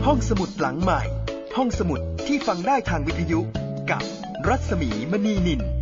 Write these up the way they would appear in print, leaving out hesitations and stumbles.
ห้องสมุดหลังใหม่ห้องสมุดที่ฟังได้ทางวิทยุกับรัศมีมณีนิน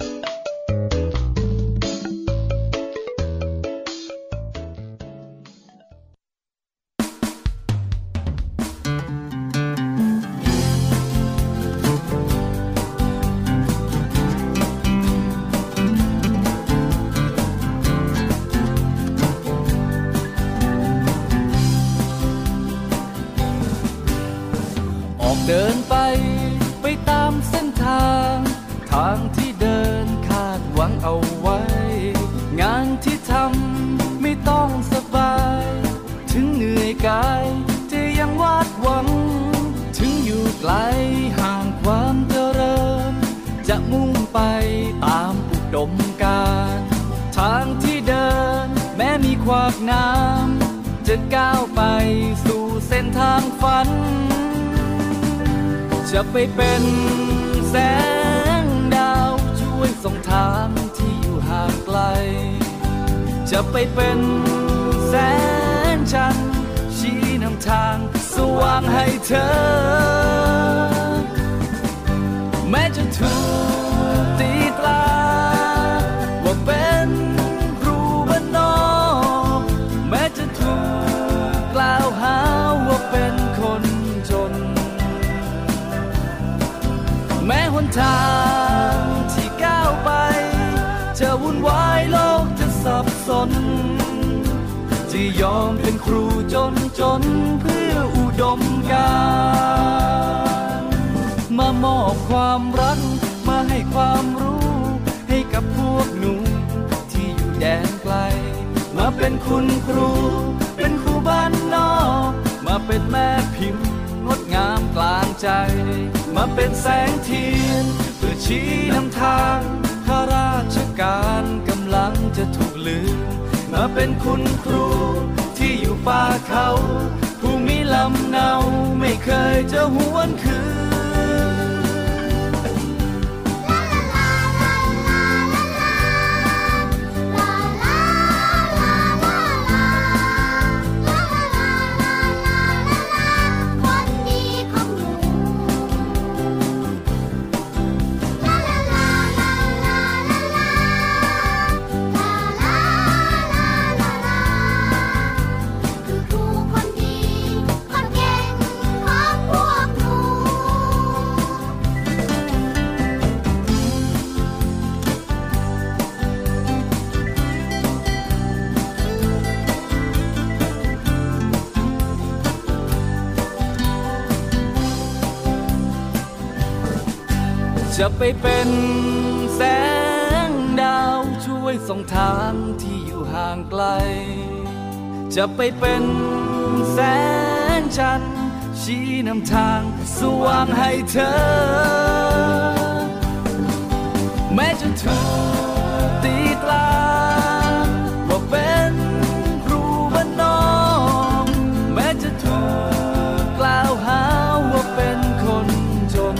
เดินไปตามเส้นทางทางที่เดินคาดหวังเอาไว้งานที่ทำไม่ต้องสบายถึงเหนื่อยกายจะยังวาดหวังถึงอยู่ไกลห่างความเจริญจะมุ่งไปตามอุดมการณ์ทางที่เดินแม้มีขวากน้ำจะก้าวไปสู่เส้นทางฝันจะไปเป็นแสงดาวช่วยส่องทางที่อยู่ห่างไกลจะไปเป็นแสงจันทร์ชี้นำทางสว่างให้เธอแม้จะถูกตีตราว่าเป็นครูบ้านนอกแม้จะถูกกล่าวหาว่าเป็นคนจนแม้หนทางที่ก้าวไปจะวุ่นวายโลกจะสับสนจะยอมเป็นครูจนเพื่ออุดมการณ์มามอบความรักมาให้ความรู้ให้กับพวกหนูที่อยู่แดนไกลมาเป็นคุณครูเป็นครูบ้านนอกมาเป็นแม่พิมพ์งดงามกลางใจมาเป็นแสงเทียนเพื่อชี้นำทางข้าราชการกำลังจะถูกลืมมาเป็นคุณครูที่อยู่ป่าเขาภูมิลำเนาไม่เคยจะหวนคืนจะไปเป็นแสงดาวช่วยส่องทางที่อยู่ห่างไกลจะไปเป็นแสงจันทร์ชี้นำทางสว่างให้เธอแม้จะถูกตีตราว่าเป็นครูบ้านนอกแม้จะถูกกล่าวหาว่าเป็นคนจน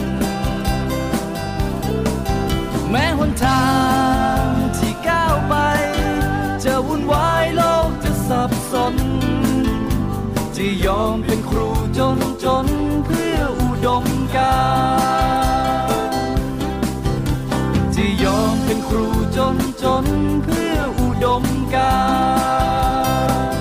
แม้หนทางที่ก้าวไปจะวุ่นวายโลกจะสับสนจะยอมเป็นครูจนเพื่ออุดมการณ์จะยอมเป็นครูจนเพื่ออุดมการณ์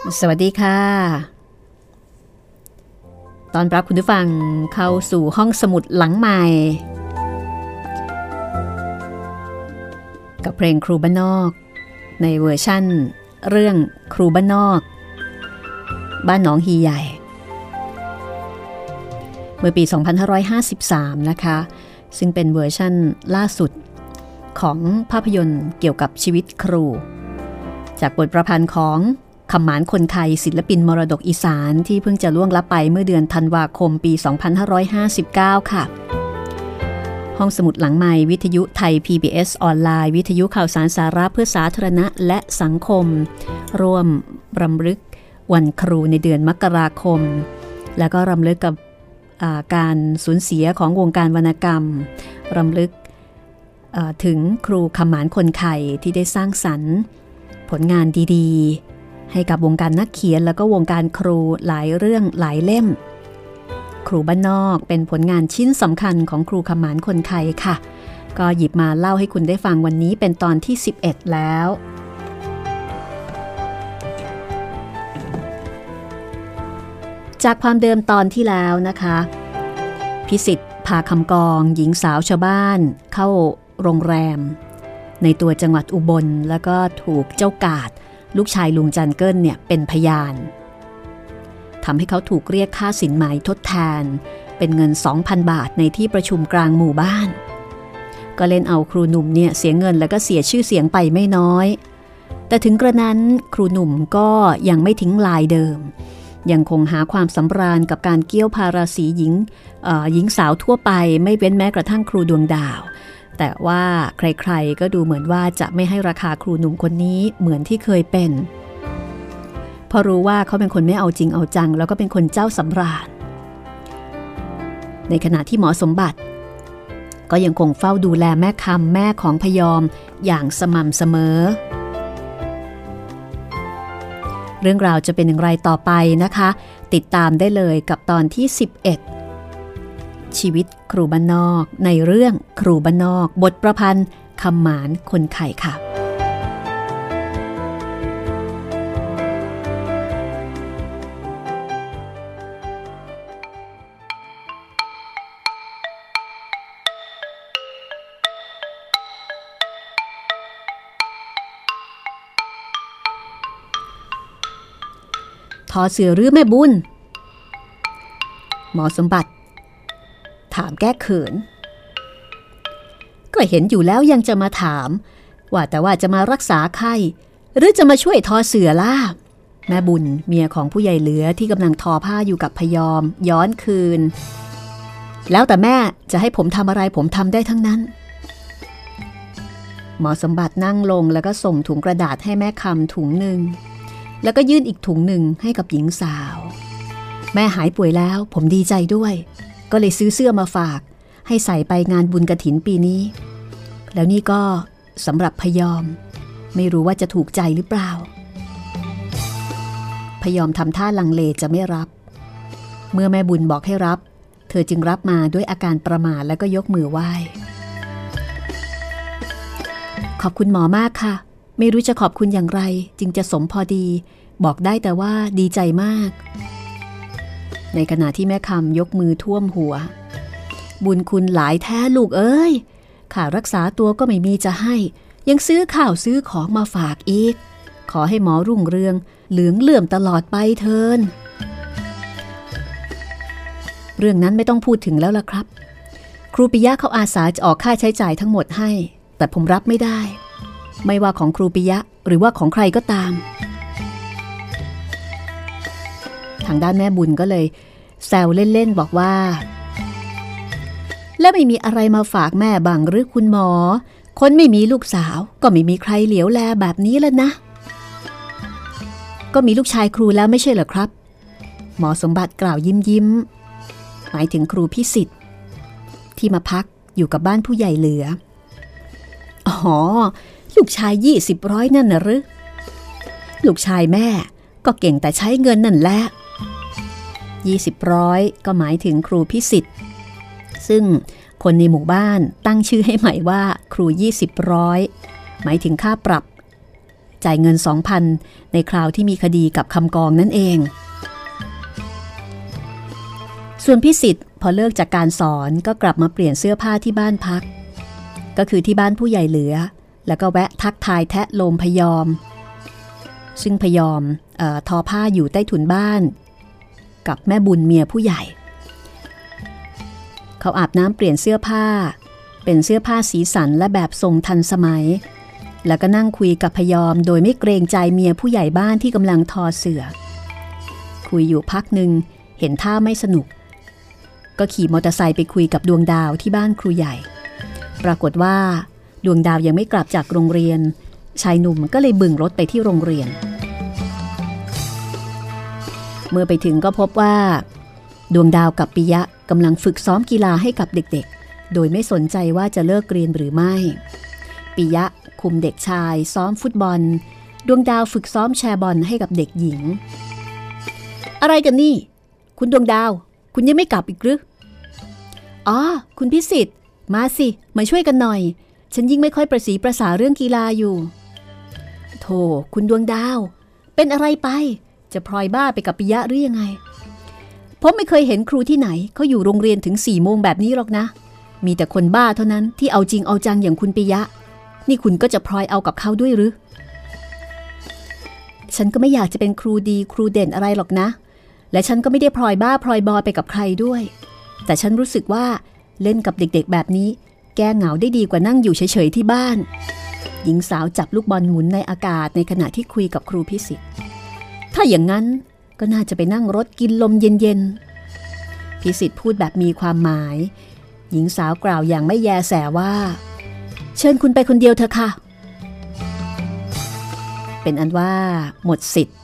สวัสดีค่ะตอนรับคุณผู้ฟังเข้าสู่ห้องสมุดหลังใหม่กับเพลงครูบ้านนอกในเวอร์ชั่นเรื่องครูบ้านนอกบ้านหนองฮีใหญ่เมื่อปี 2553 นะคะซึ่งเป็นเวอร์ชั่นล่าสุดของภาพยนตร์เกี่ยวกับชีวิตครูจากบทประพันธ์ของคำหมานคนไทยศิลปินมรดกอีสานที่เพิ่งจะล่วงลับไปเมื่อเดือนธันวาคมปี 2559 ค่ะห้องสมุดหลังใหม่วิทยุไทย PBS ออนไลน์วิทยุข่าวสารสาระเพื่อสาธารณะและสังคมร่วมรำลึกวันครูในเดือนมกราคมแล้วก็รำลึกกับการสูญเสียของวงการวรรณกรรมรำลึกถึงครูคำหมานคนไทยที่ได้สร้างสรรค์ผลงานดีๆให้กับวงการนักเขียนแล้วก็วงการครูหลายเรื่องหลายเล่มครูบ้านนอกเป็นผลงานชิ้นสำคัญของครูคำหมานคนไทยค่ะก็หยิบมาเล่าให้คุณได้ฟังวันนี้เป็นตอนที่ 11 แล้วจากความเดิมตอนที่แล้วนะคะพิสิทธิ์พาคำกองหญิงสาวชาวบ้านเข้าโรงแรมในตัวจังหวัดอุบลแล้วก็ถูกเจ้ากาดลูกชายลุงจันเกิ้ลเนี่ยเป็นพยานทำให้เขาถูกเรียกค่าสินไหมทดแทนเป็นเงิน 2,000 บาทในที่ประชุมกลางหมู่บ้านก็เล่นเอาครูหนุ่มเนี่ยเสียเงินแล้วก็เสียชื่อเสียงไปไม่น้อยแต่ถึงกระนั้นครูหนุ่มก็ยังไม่ทิ้งลายเดิมยังคงหาความสำราญกับการเกี้ยวพาราสีหญิงสาวทั่วไปไม่เว้นแม้กระทั่งครูดวงดาวแต่ว่าใครๆก็ดูเหมือนว่าจะไม่ให้ราคาครูหนุ่มคนนี้เหมือนที่เคยเป็นเพราะรู้ว่าเขาเป็นคนไม่เอาจริงเอาจังแล้วก็เป็นคนเจ้าสำราญในขณะที่หมอสมบัติก็ยังคงเฝ้าดูแลแม่คำแม่ของพยอมอย่างสม่ำเสมอเรื่องราวจะเป็นอย่างไรต่อไปนะคะติดตามได้เลยกับตอนที่ 11ชีวิตครูบ้านนอกในเรื่องครูบ้านนอกบทประพันธ์คำหมานคนไข่ค่ะทอเสือหรือแม่บุญหมอสมบัติถามแก้เขินก็เห็นอยู่แล้วยังจะมาถามว่าแต่ว่าจะมารักษาไข้หรือจะมาช่วยทอเสือล่ะแม่บุญเมียของผู้ใหญ่เหลือที่กำลังทอผ้าอยู่กับพยอมย้อนคืนแล้วแต่แม่จะให้ผมทำอะไรผมทำได้ทั้งนั้นหมอสมบัตินั่งลงแล้วก็ส่งถุงกระดาษให้แม่คำถุงหนึ่งแล้วก็ยื่นอีกถุงหนึ่งให้กับหญิงสาวแม่หายป่วยแล้วผมดีใจด้วยก็เลยซื้อเสื้อมาฝากให้ใส่ไปงานบุญกฐินปีนี้แล้วนี่ก็สำหรับพยอมไม่รู้ว่าจะถูกใจหรือเปล่าพยอมทำท่าลังเลจะไม่รับเมื่อแม่บุญบอกให้รับเธอจึงรับมาด้วยอาการประหม่าแล้วก็ยกมือไหว้ขอบคุณหมอมากค่ะไม่รู้จะขอบคุณอย่างไรจึงจะสมพอดีบอกได้แต่ว่าดีใจมากในขณะที่แม่คำยกมือท่วมหัวบุญคุณหลายแท้ลูกเอ้ยค่ารักษาตัวก็ไม่มีจะให้ยังซื้อข้าวซื้อของมาฝากอีกขอให้หมอรุ่งเรืองเหลืองเลื่อมตลอดไปเถินเรื่องนั้นไม่ต้องพูดถึงแล้วล่ะครับครูปิยะเขาอาสาจะออกค่าใช้จ่ายทั้งหมดให้แต่ผมรับไม่ได้ไม่ว่าของครูปิยะหรือว่าของใครก็ตามทางด้านแม่บุญก็เลยแซวเล่นๆบอกว่าแล้วไม่มีอะไรมาฝากแม่บ้างหรือคุณหมอคนไม่มีลูกสาวก็ไม่มีใครเหลียวแลแบบนี้แล้วนะก็มีลูกชายครูแล้วไม่ใช่เหรอครับหมอสมบัติกล่าวยิ้มหมายถึงครูพิสิทธิ์ที่มาพักอยู่กับบ้านผู้ใหญ่เหลืออ๋อลูกชาย20-100นั่นนะหรือลูกชายแม่ก็เก่งแต่ใช้เงินนั่นแหละ20-100ก็หมายถึงครูพิสิทธิ์ซึ่งคนในหมู่บ้านตั้งชื่อให้ใหม่ว่าครู20-100หมายถึงค่าปรับจ่ายเงิน 2,000 ในคราวที่มีคดีกับคำกองนั่นเองส่วนพิสิทธิ์พอเลิกจากการสอนก็กลับมาเปลี่ยนเสื้อผ้าที่บ้านพักก็คือที่บ้านผู้ใหญ่เหลือแล้วก็แวะทักทายแทะโลมพยอมซึ่งพยอมทอผ้าอยู่ใต้ถุนบ้านกับแม่บุญเมียผู้ใหญ่เขาอาบน้ำเปลี่ยนเสื้อผ้าเป็นเสื้อผ้าสีสันและแบบทรงทันสมัยแล้วก็นั่งคุยกับพยอมโดยไม่เกรงใจเมียผู้ใหญ่บ้านที่กำลังทอเสื่อคุยอยู่พักหนึ่งเห็นท่าไม่สนุกก็ขี่มอเตอร์ไซค์ไปคุยกับดวงดาวที่บ้านครูใหญ่ปรากฏว่าดวงดาวยังไม่กลับจากโรงเรียนชายหนุ่มก็เลยบึงรถไปที่โรงเรียนเมื่อไปถึงก็พบว่าดวงดาวกับปิยะกำลังฝึกซ้อมกีฬาให้กับเด็กๆโดยไม่สนใจว่าจะเลิกเรียนหรือไม่ปิยะคุมเด็กชายซ้อมฟุตบอลดวงดาวฝึกซ้อมแชร์บอลให้กับเด็กหญิงอะไรกันนี่คุณดวงดาวคุณยังไม่กลับอีกหรืออ๋อคุณพิสิทธิ์มาสิมาช่วยกันหน่อยฉันยิ่งไม่ค่อยประสีประสาเรื่องกีฬาอยู่โธ่คุณดวงดาวเป็นอะไรไปจะพลอยบ้าไปกับปิยะหรือยังไงผมไม่เคยเห็นครูที่ไหนเขาอยู่โรงเรียนถึง4 โมงแบบนี้หรอกนะมีแต่คนบ้าเท่านั้นที่เอาจริงเอาจังอย่างคุณปิยะนี่คุณก็จะพลอยเอากับเขาด้วยหรือฉันก็ไม่อยากจะเป็นครูดีครูเด่นอะไรหรอกนะและฉันก็ไม่ได้พลอยบ้าพลอยบอยไปกับใครด้วยแต่ฉันรู้สึกว่าเล่นกับเด็กๆแบบนี้แก้เหงาได้ดีกว่านั่งอยู่เฉยๆที่บ้านหญิงสาวจับลูกบอลหมุนในอากาศในขณะที่คุยกับครูพิสิทธิ์ถ้าอย่างนั้นก็น่าจะไปนั่งรถกินลมเย็นๆพิสิทธิ์พูดแบบมีความหมายหญิงสาวกล่าวอย่างไม่แยแสว่าเชิญคุณไปคนเดียวเถอะค่ะเป็นอันว่าหมดสิทธิ์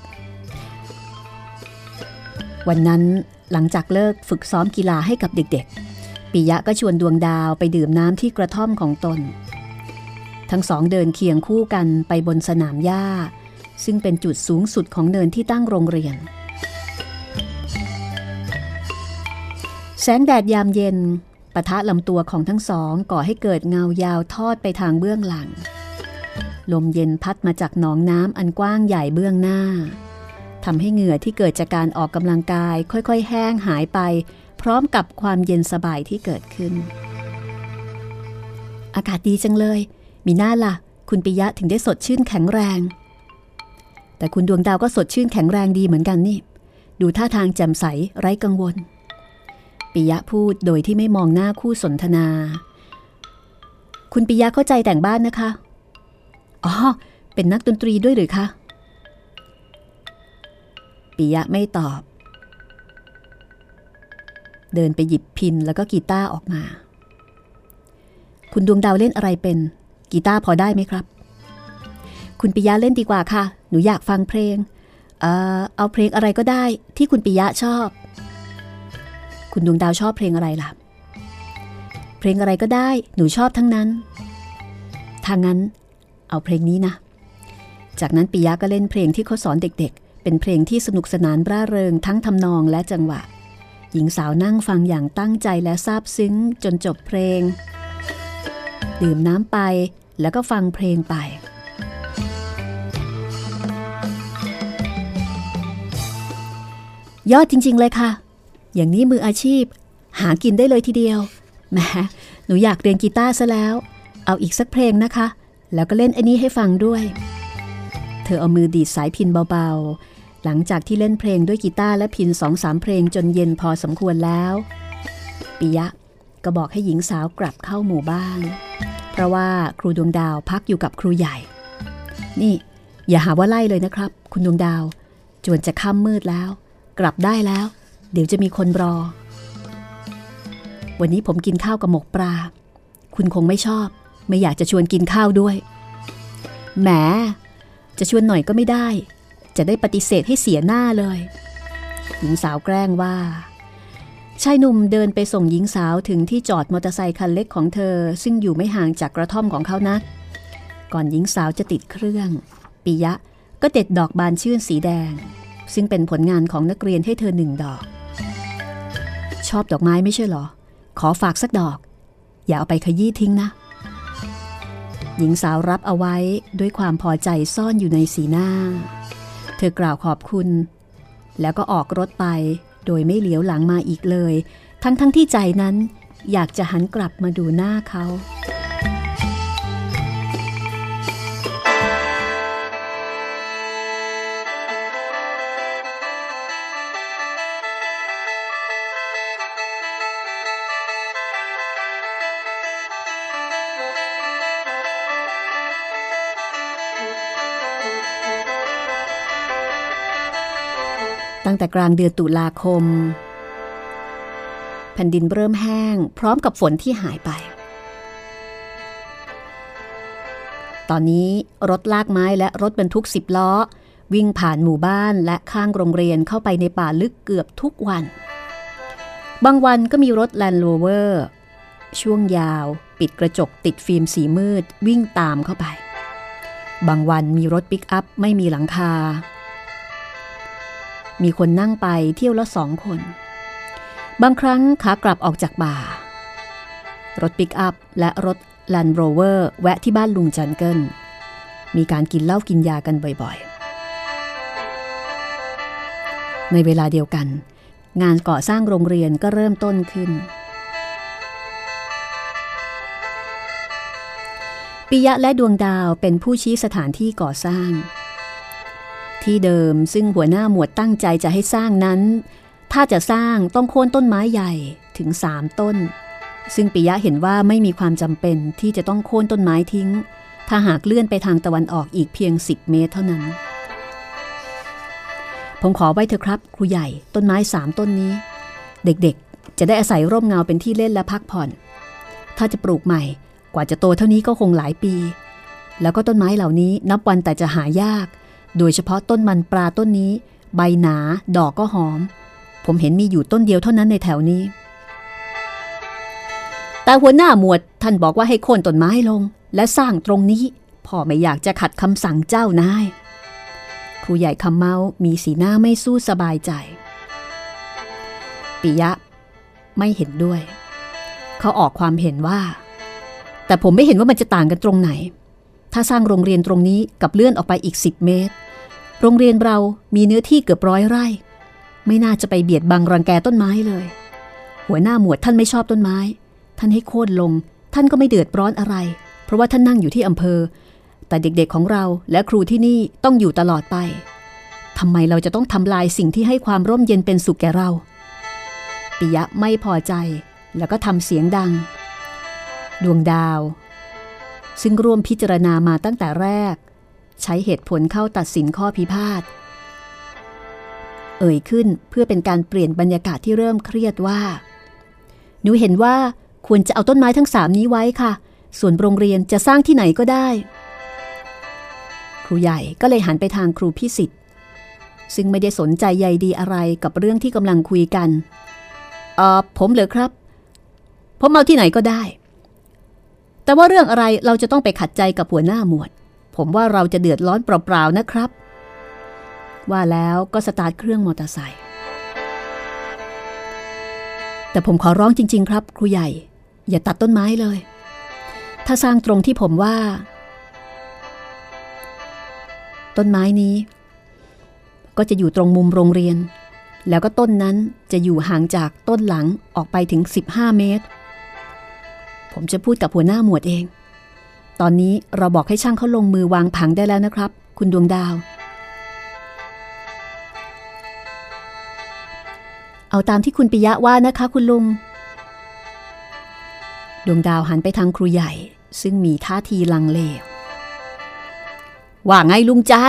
วันนั้นหลังจากเลิกฝึกซ้อมกีฬาให้กับเด็กๆปิยะก็ชวนดวงดาวไปดื่มน้ำที่กระท่อมของตนทั้งสองเดินเคียงคู่กันไปบนสนามหญ้าซึ่งเป็นจุดสูงสุดของเนินที่ตั้งโรงเรียนแสงแดดยามเย็นปะทะลำตัวของทั้งสองก่อให้เกิดเงายาวทอดไปทางเบื้องหลังลมเย็นพัดมาจากหนองน้ำอันกว้างใหญ่เบื้องหน้าทำให้เหงื่อที่เกิดจากการออกกำลังกายค่อยๆแห้งหายไปพร้อมกับความเย็นสบายที่เกิดขึ้นอากาศดีจังเลยมีหน้าล่ะคุณปิยะถึงได้สดชื่นแข็งแรงแต่คุณดวงดาวก็สดชื่นแข็งแรงดีเหมือนกันนี่ดูท่าทางแจ่มใสไร้กังวลปิยะพูดโดยที่ไม่มองหน้าคู่สนทนาคุณปิยะเข้าใจแต่งบ้านนะคะอ๋อเป็นนักดนตรีด้วยหรือคะปิยะไม่ตอบเดินไปหยิบพิณแล้วก็กีตาร์ออกมาคุณดวงดาวเล่นอะไรเป็นกีตาร์พอได้ไหมครับคุณปิยะเล่นดีกว่าค่ะหนูอยากฟังเพลงเอาเพลงอะไรก็ได้ที่คุณปิยะชอบคุณดวงดาวชอบเพลงอะไรล่ะเพลงอะไรก็ได้หนูชอบทั้งนั้นถ้างั้นเอาเพลงนี้นะจากนั้นปิยะก็เล่นเพลงที่เขาสอนเด็กๆเป็นเพลงที่สนุกสนานร่าเริงทั้งทำนองและจังหวะหญิงสาวนั่งฟังอย่างตั้งใจและซาบซึ้งจนจบเพลงดื่มน้ำไปแล้วก็ฟังเพลงไปยอดจริงๆเลยค่ะอย่างนี้มืออาชีพหากินได้เลยทีเดียวแหมหนูอยากเรียนกีตาร์ซะแล้วเอาอีกสักเพลงนะคะแล้วก็เล่นไอ้นี้ให้ฟังด้วยเธอเอามือดีดสายพิณเบาๆหลังจากที่เล่นเพลงด้วยกีตาร์และพิณ 2-3 เพลงจนเย็นพอสมควรแล้วปิยะก็บอกให้หญิงสาวกลับเข้าหมู่บ้านเพราะว่าครูดวงดาวพักอยู่กับครูใหญ่นี่อย่าหาว่าไล่เลยนะครับคุณดวงดาวจวนจะค่ำมืดแล้วกลับได้แล้วเดี๋ยวจะมีคนรอวันนี้ผมกินข้าวกับหมกปลาคุณคงไม่ชอบไม่อยากจะชวนกินข้าวด้วยแหมจะชวนหน่อยก็ไม่ได้จะได้ปฏิเสธให้เสียหน้าเลยหญิงสาวแกล้งว่าชายหนุ่มเดินไปส่งหญิงสาวถึงที่จอดมอเตอร์ไซค์คันเล็กของเธอซึ่งอยู่ไม่ห่างจากกระท่อมของเขานักก่อนหญิงสาวจะติดเครื่องปิยะก็เด็ดดอกบานชื่นสีแดงซึ่งเป็นผลงานของนักเรียนให้เธอ1 ดอกชอบดอกไม้ไม่ใช่หรอขอฝากสักดอกอย่าเอาไปขยี้ทิ้งนะหญิงสาวรับเอาไว้ด้วยความพอใจซ่อนอยู่ในสีหน้าเธอกล่าวขอบคุณแล้วก็ออกรถไปโดยไม่เหลียวหลังมาอีกเลยทั้งที่ใจนั้นอยากจะหันกลับมาดูหน้าเขาตั้งแต่กลางเดือนตุลาคมแผ่นดินเริ่มแห้งพร้อมกับฝนที่หายไปตอนนี้รถลากไม้และรถบรรทุก10 ล้อวิ่งผ่านหมู่บ้านและข้างโรงเรียนเข้าไปในป่าลึกเกือบทุกวันบางวันก็มีรถ Land Rover ช่วงยาวปิดกระจกติดฟิล์มสีมืดวิ่งตามเข้าไปบางวันมีรถปิกอัพไม่มีหลังคามีคนนั่งไปเที่ยวละ2 คนบางครั้งขากลับออกจากบ่ารถปิกอัพและรถ Land Rover แวะที่บ้านลุงจันเกิลมีการกินเหล้ากินยากันบ่อยๆในเวลาเดียวกันงานก่อสร้างโรงเรียนก็เริ่มต้นขึ้นปิยะและดวงดาวเป็นผู้ชี้สถานที่ก่อสร้างที่เดิมซึ่งหัวหน้าหมวดตั้งใจจะให้สร้างนั้นถ้าจะสร้างต้องโค่นต้นไม้ใหญ่ถึง3 ต้นซึ่งปิยะเห็นว่าไม่มีความจำเป็นที่จะต้องโค่นต้นไม้ทิ้งถ้าหากเลื่อนไปทางตะวันออกอีกเพียง10 เมตรเท่านั้นผมขอไว้เถอะครับครูใหญ่ต้นไม้3 ต้นนี้เด็กๆจะได้อาศัยร่มเงาเป็นที่เล่นและพักผ่อนถ้าจะปลูกใหม่กว่าจะโตเท่านี้ก็คงหลายปีแล้วก็ต้นไม้เหล่านี้นับวันแต่จะหายากโดยเฉพาะต้นมันปลาต้นนี้ใบหนาดอกก็หอมผมเห็นมีอยู่ต้นเดียวเท่านั้นในแถวนี้แต่หัวหน้าหมวดท่านบอกว่าให้โค่นต้นไม้ลงและสร้างตรงนี้พ่อไม่อยากจะขัดคำสั่งเจ้านายครูใหญ่คำเมามีสีหน้าไม่สู้สบายใจปิยะไม่เห็นด้วยเขาออกความเห็นว่าแต่ผมไม่เห็นว่ามันจะต่างกันตรงไหนถ้าสร้างโรงเรียนตรงนี้กับเลื่อนออกไปอีก10 เมตรโรงเรียนเรามีเนื้อที่เกือบ100 ไร่ไม่น่าจะไปเบียดบังรังแกต้นไม้เลยหัวหน้าหมวดท่านไม่ชอบต้นไม้ท่านให้โค่นลงท่านก็ไม่เดือดร้อนอะไรเพราะว่าท่านนั่งอยู่ที่อำเภอแต่เด็กๆของเราและครูที่นี่ต้องอยู่ตลอดไปทำไมเราจะต้องทำลายสิ่งที่ให้ความร่มเย็นเป็นสุขแก่เราปิยะไม่พอใจแล้วก็ทำเสียงดังดวงดาวซึ่งร่วมพิจารณามาตั้งแต่แรกใช้เหตุผลเข้าตัดสินข้อพิพาทเอ่ยขึ้นเพื่อเป็นการเปลี่ยนบรรยากาศที่เริ่มเครียดว่าหนูเห็นว่าควรจะเอาต้นไม้ทั้ง3นี้ไว้ค่ะส่วนโรงเรียนจะสร้างที่ไหนก็ได้ครูใหญ่ก็เลยหันไปทางครูพิสิทธิ์ซึ่งไม่ได้สนใจใยดีอะไรกับเรื่องที่กำลังคุยกันผมเหรอครับผมเอาที่ไหนก็ได้แต่ว่าเรื่องอะไรเราจะต้องไปขัดใจกับหัวหน้าหมวดผมว่าเราจะเดือดร้อนเปล่าๆนะครับว่าแล้วก็สตาร์ทเครื่องมอเตอร์ไซค์แต่ผมขอร้องจริงๆครับครูใหญ่อย่าตัดต้นไม้เลยถ้าสร้างตรงที่ผมว่าต้นไม้นี้ก็จะอยู่ตรงมุมโรงเรียนแล้วก็ต้นนั้นจะอยู่ห่างจากต้นหลังออกไปถึง15 เมตรผมจะพูดกับหัวหน้าหมวดเองตอนนี้เราบอกให้ช่างเขาลงมือวางผังได้แล้วนะครับคุณดวงดาวเอาตามที่คุณปิยะว่านะคะคุณลุงดวงดาวหันไปทางครูใหญ่ซึ่งมีท่าทีลังเลว่าไงลุงจาน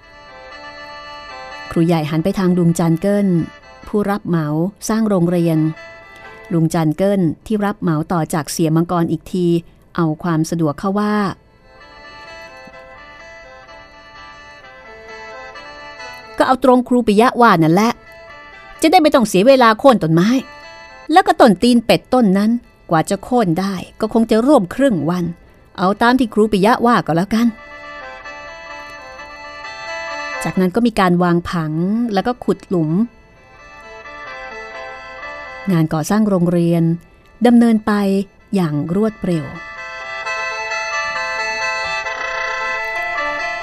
ครูใหญ่หันไปทางลุงจันเกิลผู้รับเหมาสร้างโรงเรียนลุงจันเกิลที่รับเหมาต่อจากเสียมังกรอีกทีเอาความสะดวกเข้าว่าก็เอาตรงครูปิยะว่านั่นแหละจะได้ไม่ต้องเสียเวลาโค่นต้นไม้แล้วก็ต้นตีนเป็ดต้นนั้นกว่าจะโค่นได้ก็คงจะร่วมครึ่งวันเอาตามที่ครูปิยะว่าก็แล้วกันจากนั้นก็มีการวางผังแล้วก็ขุดหลุมงานก่อสร้างโรงเรียนดำเนินไปอย่างรวดเร็ว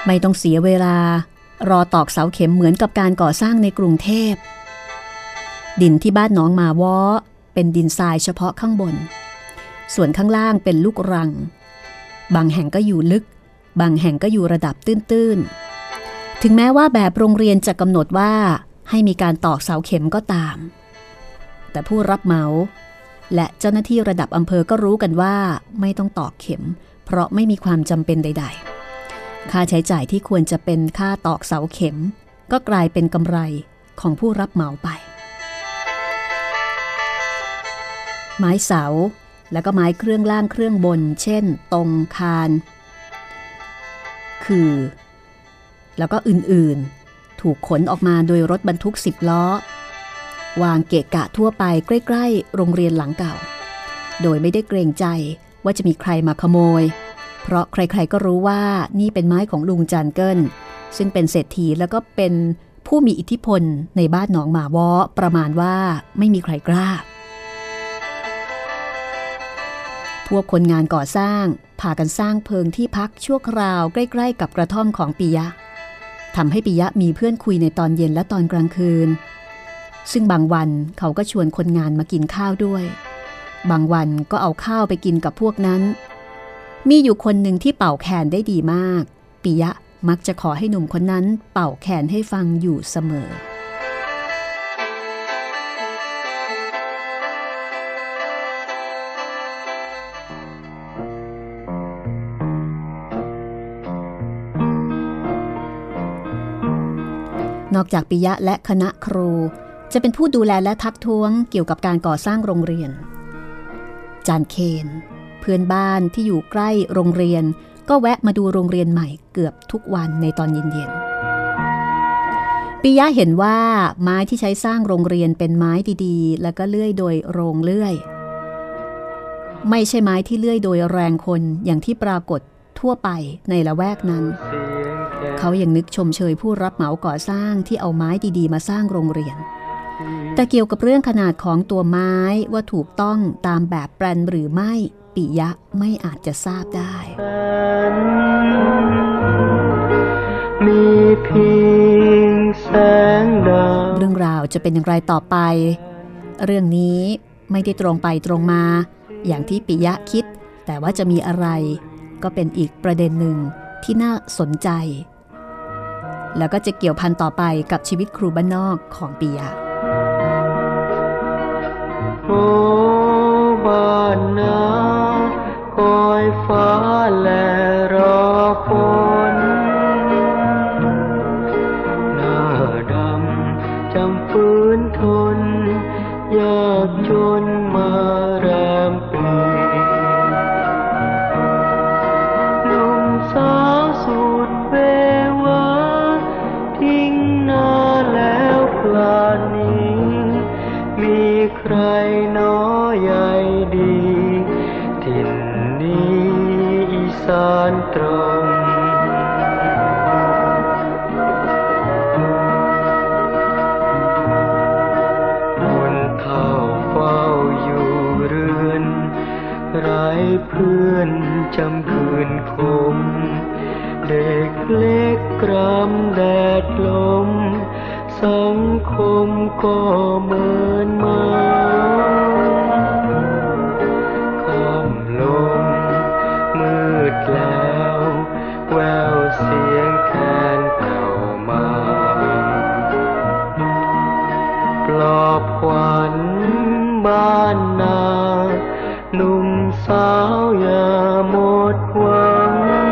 ไม่ต้องเสียเวลารอตอกเสาเข็มเหมือนกับการก่อสร้างในกรุงเทพดินที่บ้านหนองหมาว้อเป็นดินทรายเฉพาะข้างบนส่วนข้างล่างเป็นลูกรังบางแห่งก็อยู่ลึกบางแห่งก็อยู่ระดับตื้นๆถึงแม้ว่าแบบโรงเรียนจะกำหนดว่าให้มีการตอกเสาเข็มก็ตามแต่ผู้รับเหมาและเจ้าหน้าที่ระดับอำเภอก็รู้กันว่าไม่ต้องตอกเข็มเพราะไม่มีความจำเป็นใดๆค่าใช้จ่ายที่ควรจะเป็นค่าตอกเสาเข็มก็กลายเป็นกำไรของผู้รับเหมาไปไม้เสาแล้วก็ไม้เครื่องล่างเครื่องบนเช่นตรงคานคือแล้วก็อื่นๆถูกขนออกมาโดยรถบรรทุก10 ล้อวางเกะกะทั่วไปใกล้ๆโรงเรียนหลังเก่าโดยไม่ได้เกรงใจว่าจะมีใครมาขโมยเพราะใครๆก็รู้ว่านี่เป็นไม้ของลุงจานเกิ้ลซึ่งเป็นเศรษฐีแล้วก็เป็นผู้มีอิทธิพลในบ้านหนองหมาว้อประมาณว่าไม่มีใครกล้าพวกคนงานก่อสร้างพากันสร้างเพิงที่พักชั่วคราวใกล้ๆกับกระท่อมของปิยะทำให้ปิยะมีเพื่อนคุยในตอนเย็นและตอนกลางคืนซึ่งบางวันเขาก็ชวนคนงานมากินข้าวด้วยบางวันก็เอาข้าวไปกินกับพวกนั้นมีอยู่คนหนึ่งที่เป่าแคนได้ดีมากปิยะมักจะขอให้หนุ่มคนนั้นเป่าแคนให้ฟังอยู่เสมอนอกจากปิยะและคณะครูจะเป็นผู้ดูแลและทักท้วงเกี่ยวกับการก่อสร้างโรงเรียนจานเคนเพื่อนบ้านที่อยู่ใกล้โรงเรียนก็แวะมาดูโรงเรียนใหม่เกือบทุกวันในตอนเย็นๆปิยะเห็นว่าไม้ที่ใช้สร้างโรงเรียนเป็นไม้ดีๆแล้วก็เลื่อยโดยโรงเลื่อยไม่ใช่ไม้ที่เลื่อยโดยแรงคนอย่างที่ปรากฏทั่วไปในละแวกนั้นเขายังนึกชมเชยผู้รับเหมาก่อสร้างที่เอาไม้ดีๆมาสร้างโรงเรียนแต่เกี่ยวกับเรื่องขนาดของตัวไม้ว่าถูกต้องตามแบบแปลนหรือไม่ปิยะไม่อาจจะทราบได้มีเพียงแสงดาวเรื่องราวจะเป็นอย่างไรต่อไปเรื่องนี้ไม่ได้ตรงไปตรงมาอย่างที่ปิยะคิดแต่ว่าจะมีอะไรก็เป็นอีกประเด็นหนึ่งที่น่าสนใจแล้วก็จะเกี่ยวพันต่อไปกับชีวิตครูบ้านนอกของปิยะโอ้บ้านนาคอยฟ้าและรอฝนหน้าดำจำฝืนทนยากจนมาแรมปีหนุ่มสาวสุดเววาทิ้งนาแล้วพลานนี้มีใครน้อยใหญ่ดีถิ่นนี้อีสานตรงคนเฒ่าเฝ้าอยู่เรือนไร้เพื่อนจำคืนคมเด็กเล็กกรำแดดลมสังคมก็เหมือนมาค่ำลงมืดแล้วแววเสียงแคนเก่ามาปลอบขวัญบ้านนาหนุ่มสาวอย่าหมดหวัง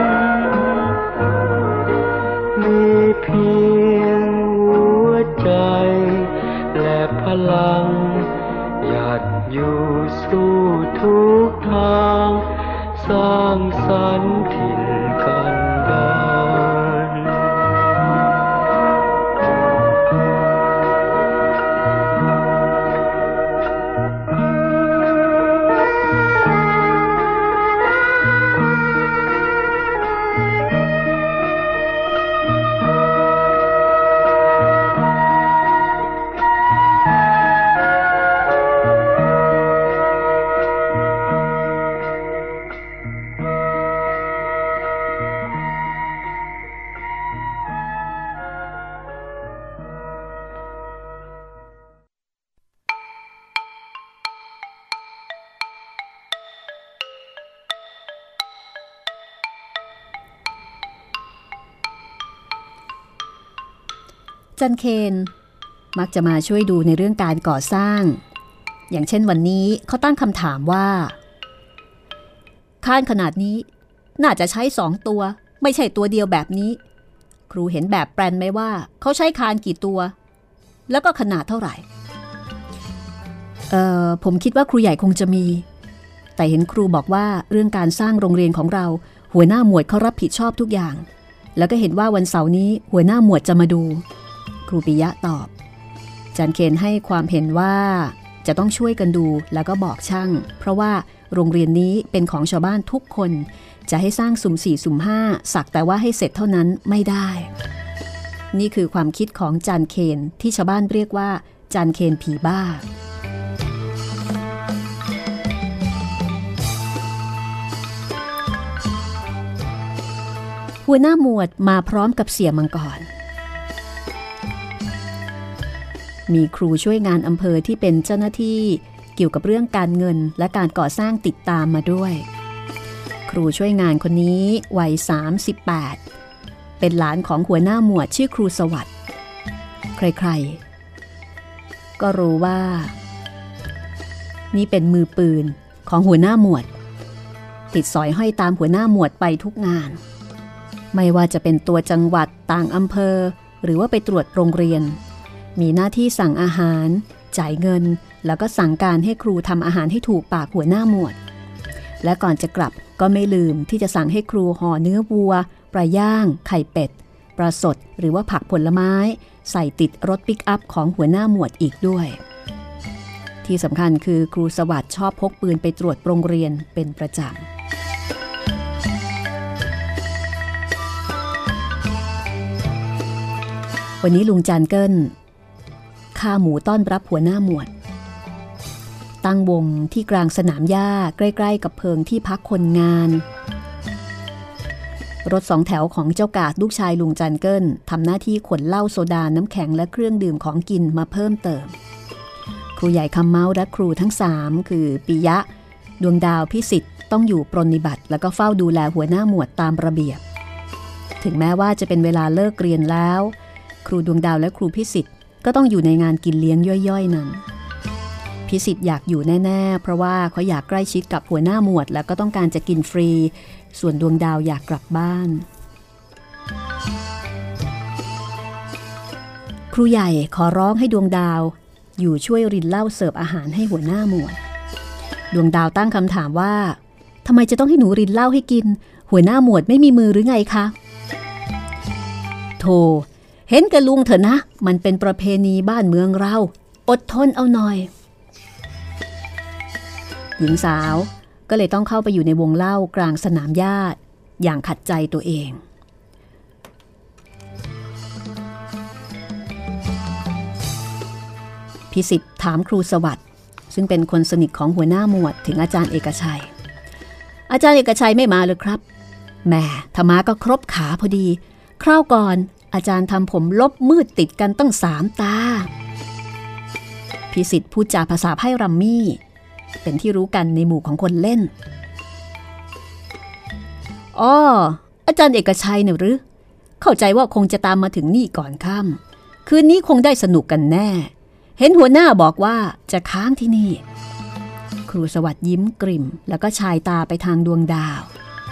มีเพียงหัวใจและพลังหยัดอยู่สู้ทุกทางสร้างสรรค์ถิ่นกันดารจันเคนมักจะมาช่วยดูในเรื่องการก่อสร้างอย่างเช่นวันนี้เขาตั้งคำถามว่าคานขนาดนี้น่าจะใช้2 ตัวไม่ใช่ตัวเดียวแบบนี้ครูเห็นแบบแปลนไหมว่าเขาใช้คานกี่ตัวแล้วก็ขนาดเท่าไหร่ผมคิดว่าครูใหญ่คงจะมีแต่เห็นครูบอกว่าเรื่องการสร้างโรงเรียนของเราหัวหน้าหมวดเขารับผิดชอบทุกอย่างแล้วก็เห็นว่าวันเสาร์นี้หัวหน้าหมวดจะมาดูครูปิยะตอบจันเคนให้ความเห็นว่าจะต้องช่วยกันดูแล้วก็บอกช่างเพราะว่าโรงเรียนนี้เป็นของชาวบ้านทุกคนจะให้สร้างสุ่ม4สุ่ม5สักแต่ว่าให้เสร็จเท่านั้นไม่ได้นี่คือความคิดของจันเคนที่ชาวบ้านเรียกว่าจันเคนผีบ้าหัวหน้าหมวดมาพร้อมกับเสี่ยมังกรมีครูช่วยงานอำเภอที่เป็นเจ้าหน้าที่เกี่ยวกับเรื่องการเงินและการก่อสร้างติดตามมาด้วยครูช่วยงานคนนี้วัย38เป็นหลานของหัวหน้าหมวดชื่อครูสวัสดิ์ใครๆก็รู้ว่านี่เป็นมือปืนของหัวหน้าหมวดติดสอยห้อยตามหัวหน้าหมวดไปทุกงานไม่ว่าจะเป็นตัวจังหวัดต่างอำเภอหรือว่าไปตรวจโรงเรียนมีหน้าที่สั่งอาหารจ่ายเงินแล้วก็สั่งการให้ครูทำอาหารให้ถูกปากหัวหน้าหมวดและก่อนจะกลับก็ไม่ลืมที่จะสั่งให้ครูห่อเนื้อวัวปลาย่างไข่เป็ดปลาสดหรือว่าผักผลไม้ใส่ติดรถปิกอัพของหัวหน้าหมวดอีกด้วยที่สำคัญคือครูสวัสดิ์ชอบพกปืนไปตรวจโรงเรียนเป็นประจำวันนี้ลุงจันเกิ้ลฆ่าหมูต้อนรับหัวหน้าหมวดตั้งวงที่กลางสนามหญ้าใกล้ๆกับเพิงที่พักคนงานรถ2 แถวของเจ้ากาดลูกชายลุงจันเกิ้ลทำหน้าที่ขนเหล้าโซดาน้ำแข็งและเครื่องดื่มของกินมาเพิ่มเติมครูใหญ่คำเมาและครูทั้ง3คือปิยะดวงดาวพิสิทธิ์ต้องอยู่ปรนนิบัติแล้วก็เฝ้าดูแลหัวหน้าหมวดตามระเบียบถึงแม้ว่าจะเป็นเวลาเลิกเรียนแล้วครูดวงดาวและครูพิสิทธิ์ก็ต้องอยู่ในงานกินเลี้ยงย่อยๆนั้นพิสิทธิ์อยากอยู่แน่ๆเพราะว่าเขาอยากใกล้ชิดกับหัวหน้าหมวดแล้วก็ต้องการจะกินฟรีส่วนดวงดาวอยากกลับบ้านครูใหญ่ขอร้องให้ดวงดาวอยู่ช่วยรินเหล้าเสิร์ฟอาหารให้หัวหน้าหมวดดวงดาวตั้งคำถามว่าทำไมจะต้องให้หนูรินเหล้าให้กินหัวหน้าหมวดไม่มีมือหรือไงคะโธ่เห็นกับลุงเถอะนะมันเป็นประเพณีบ้านเมืองเราอดทนเอาหน่อยหญิงสาวก็เลยต้องเข้าไปอยู่ในวงเล่ากลางสนามหญ้าอย่างขัดใจตัวเองพิสิทธิ์ถามครูสวัสดิ์ซึ่งเป็นคนสนิทของหัวหน้าหมวดถึงอาจารย์เอกชัยอาจารย์เอกชัยไม่มาเลยครับแหมถ้ามาก็ครบขาพอดีคราวก่อนอาจารย์ทำผมลบมืดติดกันตั้ง3 ตาพิสิทธิ์พูดจาภาษาไพ่รัมมี่เป็นที่รู้กันในหมู่ของคนเล่นอ้ออาจารย์เอกชัยเนี่ยหรือเข้าใจว่าคงจะตามมาถึงนี่ก่อนค่ำคืนนี้คงได้สนุกกันแน่เห็นหัวหน้าบอกว่าจะค้างที่นี่ครูสวัสดิ์ยิ้มกริ่มแล้วก็ชายตาไปทางดวงดาว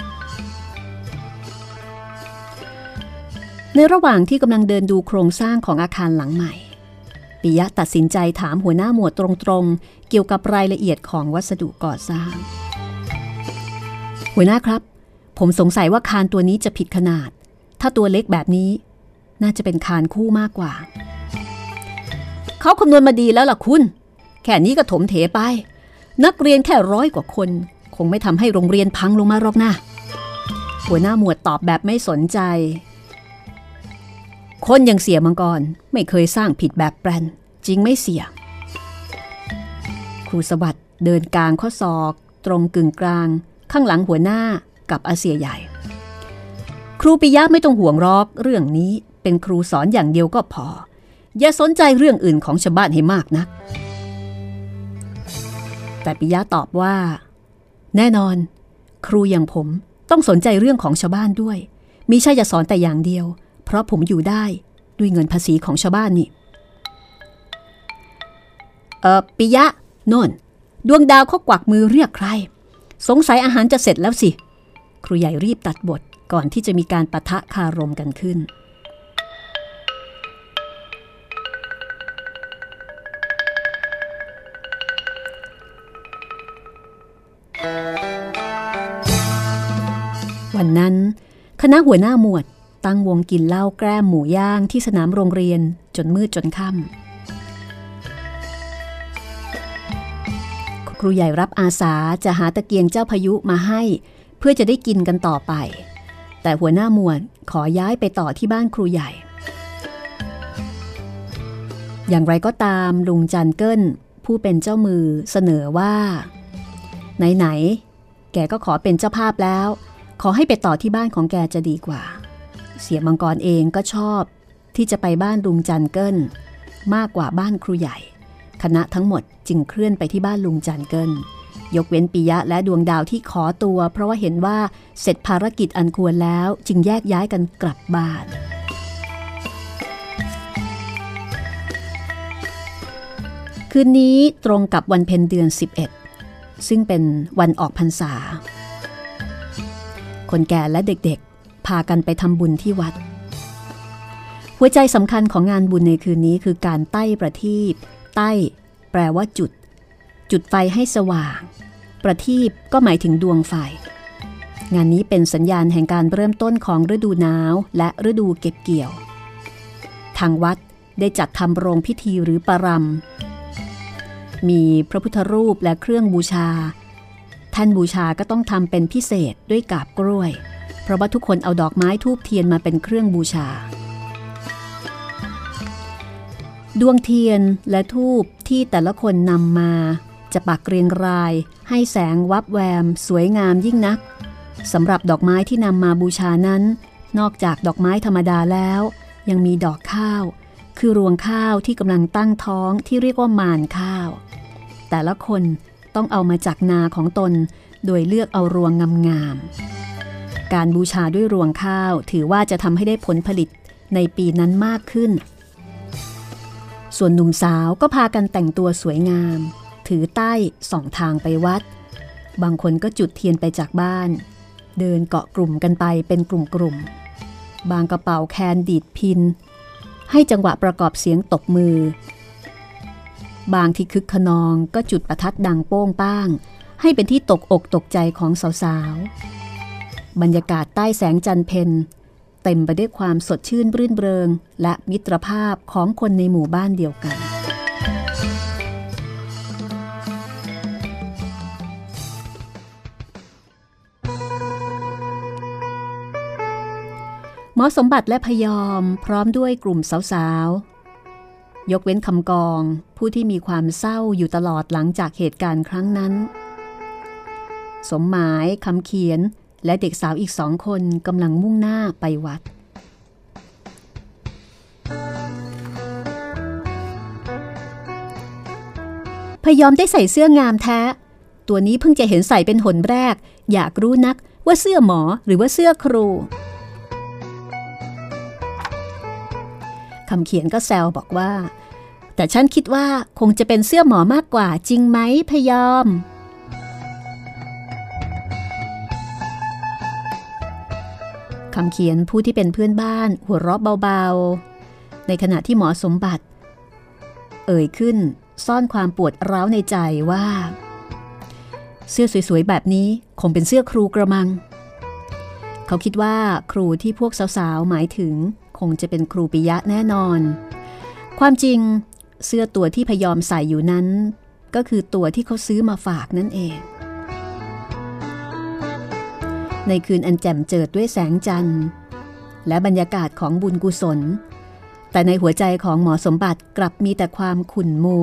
ในระหว่างที่กำลังเดินดูโครงสร้างของอาคารหลังใหม่ปิยะตัดสินใจถามหัวหน้าหมวดตรงๆเกี่ยวกับรายละเอียดของวัสดุก่อสร้างหัวหน้าครับผมสงสัยว่าคานตัวนี้จะผิดขนาดถ้าตัวเล็กแบบนี้น่าจะเป็นคานคู่มากกว่าเขาคำนวณมาดีแล้วล่ะคุณแค่นี้ก็ถมเถไปนักเรียนแค่100 กว่าคนคงไม่ทำให้โรงเรียนพังลงมาหรอกนะหัวหน้าหมวดตอบแบบไม่สนใจคนอย่างเสียมังกรไม่เคยสร้างผิดแบบแปลนจริงไม่เสียครูสวัสดิ์เดินกลางข้อศอกตรงกึ่งกลางข้างหลังหัวหน้ากับอาเซียใหญ่ครูปิยะไม่ต้องห่วงหรอกเรื่องนี้เป็นครูสอนอย่างเดียวก็พออย่าสนใจเรื่องอื่นของชาวบ้านให้มากนักแต่ปิยะตอบว่าแน่นอนครูอย่างผมต้องสนใจเรื่องของชาวบ้านด้วยมิใช่จะสอนแต่อย่างเดียวเพราะผมอยู่ได้ด้วยเงินภาษีของชาวบ้านนี่ปิยะโน่นดวงดาวเขากวักมือเรียกใครสงสัยอาหารจะเสร็จแล้วสิครูใหญ่รีบตัดบทก่อนที่จะมีการปะทะคารมกันขึ้นวันนั้นคณะหัวหน้าหมวดตั้งวงกินเหล้าแกล้มหมูย่างที่สนามโรงเรียนจนมืดจนค่ำครูใหญ่รับอาสาจะหาตะเกียงเจ้าพายุมาให้เพื่อจะได้กินกันต่อไปแต่หัวหน้าหมวดขอย้ายไปต่อที่บ้านครูใหญ่อย่างไรก็ตามลุงจันเกิ้ลผู้เป็นเจ้ามือเสนอว่าไหนๆแกก็ขอเป็นเจ้าภาพแล้วขอให้ไปต่อที่บ้านของแกจะดีกว่าเสียมังกรเองก็ชอบที่จะไปบ้านลุงจันเกิ้ลมากกว่าบ้านครูใหญ่คณะทั้งหมดจึงเคลื่อนไปที่บ้านลุงจันเกิ้ลยกเว้นปิยะและดวงดาวที่ขอตัวเพราะว่าเห็นว่าเสร็จภารกิจอันควรแล้วจึงแยกย้ายกันกลับบ้านคืนนี้ตรงกับวันเพ็ญเดือน11ซึ่งเป็นวันออกพรรษาคนแก่และเด็กๆพากันไปทำบุญที่วัดหัวใจสำคัญของงานบุญในคืนนี้คือการใต้ประทีปใต้แปลว่าจุดไฟให้สว่างประทีปก็หมายถึงดวงไฟงานนี้เป็นสัญญาณแห่งการเริ่มต้นของฤดูหนาวและฤดูเก็บเกี่ยวทางวัดได้จัดทำโรงพิธีหรือปรำมีพระพุทธรูปและเครื่องบูชาท่านบูชาก็ต้องทำเป็นพิเศษด้วยกาบกล้วยเพราะว่าทุกคนเอาดอกไม้ธูปเทียนมาเป็นเครื่องบูชาดวงเทียนและธูปที่แต่ละคนนำมาจะปักเรียงรายให้แสงวับแวมสวยงามยิ่งนักสำหรับดอกไม้ที่นำมาบูชานั้นนอกจากดอกไม้ธรรมดาแล้วยังมีดอกข้าวคือรวงข้าวที่กำลังตั้งท้องที่เรียกว่ามานข้าวแต่ละคนต้องเอามาจากนาของตนโดยเลือกเอารวงงามๆการบูชาด้วยรวงข้าวถือว่าจะทำให้ได้ผลผลิตในปีนั้นมากขึ้นส่วนหนุ่มสาวก็พากันแต่งตัวสวยงามถือใต้ส่องทางไปวัดบางคนก็จุดเทียนไปจากบ้านเดินเกาะกลุ่มกันไปเป็นกลุ่มๆบางกระเป๋าแคนดีดพินให้จังหวะประกอบเสียงตบมือบางที่คึกขนองก็จุดประทัดดังโป้งป้างให้เป็นที่ตกอกตกใจของสาวๆบรรยากาศใต้แสงจันทร์เพ็ญเต็มไปด้วยความสดชื่นรื่นเริงและมิตรภาพของคนในหมู่บ้านเดียวกันหมอสมบัติและพยอมพร้อมด้วยกลุ่มสาวๆยกเว้นคำกองผู้ที่มีความเศร้าอยู่ตลอดหลังจากเหตุการณ์ครั้งนั้นสมหมายคำเขียนและเด็กสาวอีก2 คนกำลังมุ่งหน้าไปวัดพยอมได้ใส่เสื้องามแท้ตัวนี้เพิ่งจะเห็นใส่เป็นหนแรกอยากรู้นักว่าเสื้อหมอหรือว่าเสื้อครูคำเขียนก็แซวบอกว่าแต่ฉันคิดว่าคงจะเป็นเสื้อหมอมากกว่าจริงไหมพยอมคำเขียนผู้ที่เป็นเพื่อนบ้านหัวเราะเบาๆในขณะที่หมอสมบัติเอ่ยขึ้นซ่อนความปวดร้าวในใจว่าเสื้อสวยๆแบบนี้คงเป็นเสื้อครูกระมังเขาคิดว่าครูที่พวกสาวๆหมายถึงคงจะเป็นครูปิยะแน่นอนความจริงเสื้อตัวที่พยอมใส่อยู่นั้นก็คือตัวที่เขาซื้อมาฝากนั่นเองในคืนอันแจ่มเจิดด้วยแสงจันทร์และบรรยากาศของบุญกุศลแต่ในหัวใจของหมอสมบัติกลับมีแต่ความขุ่นมัว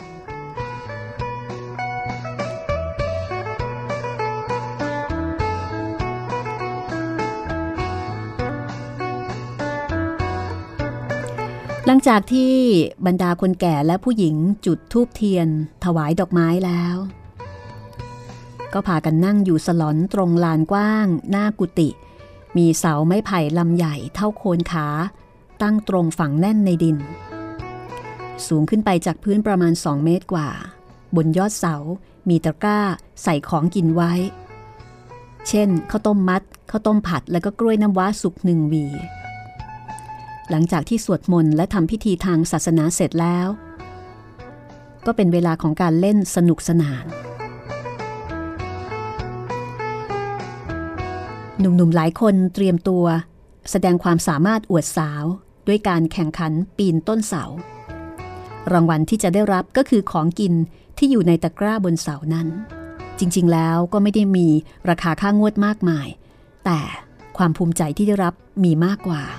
หลังจากที่บรรดาคนแก่และผู้หญิงจุดธูปเทียนถวายดอกไม้แล้วก็พากันนั่งอยู่สลอนตรงลานกว้างหน้ากุฏิมีเสาไม้ไผ่ลำใหญ่เท่าโคนขาตั้งตรงฝังแน่นในดินสูงขึ้นไปจากพื้นประมาณ2 เมตรกว่าบนยอดเสามีตะกร้าใส่ของกินไว้เช่นข้าวต้มมัดข้าวต้มผัดและก็กล้วยน้ำว้าสุก1 หวีหลังจากที่สวดมนต์และทำพิธีทางศาสนาเสร็จแล้วก็เป็นเวลาของการเล่นสนุกสนานหนุ่มๆหลายคนเตรียมตัวแสดงความสามารถอวดสาวด้วยการแข่งขันปีนต้นเสารางวัลที่จะได้รับก็คือของกินที่อยู่ในตะกร้าบนเสานั้นจริงๆแล้วก็ไม่ได้มีราคาค่างวดมากมายแต่ความภูมิใจที่ได้รับมีมากกว่า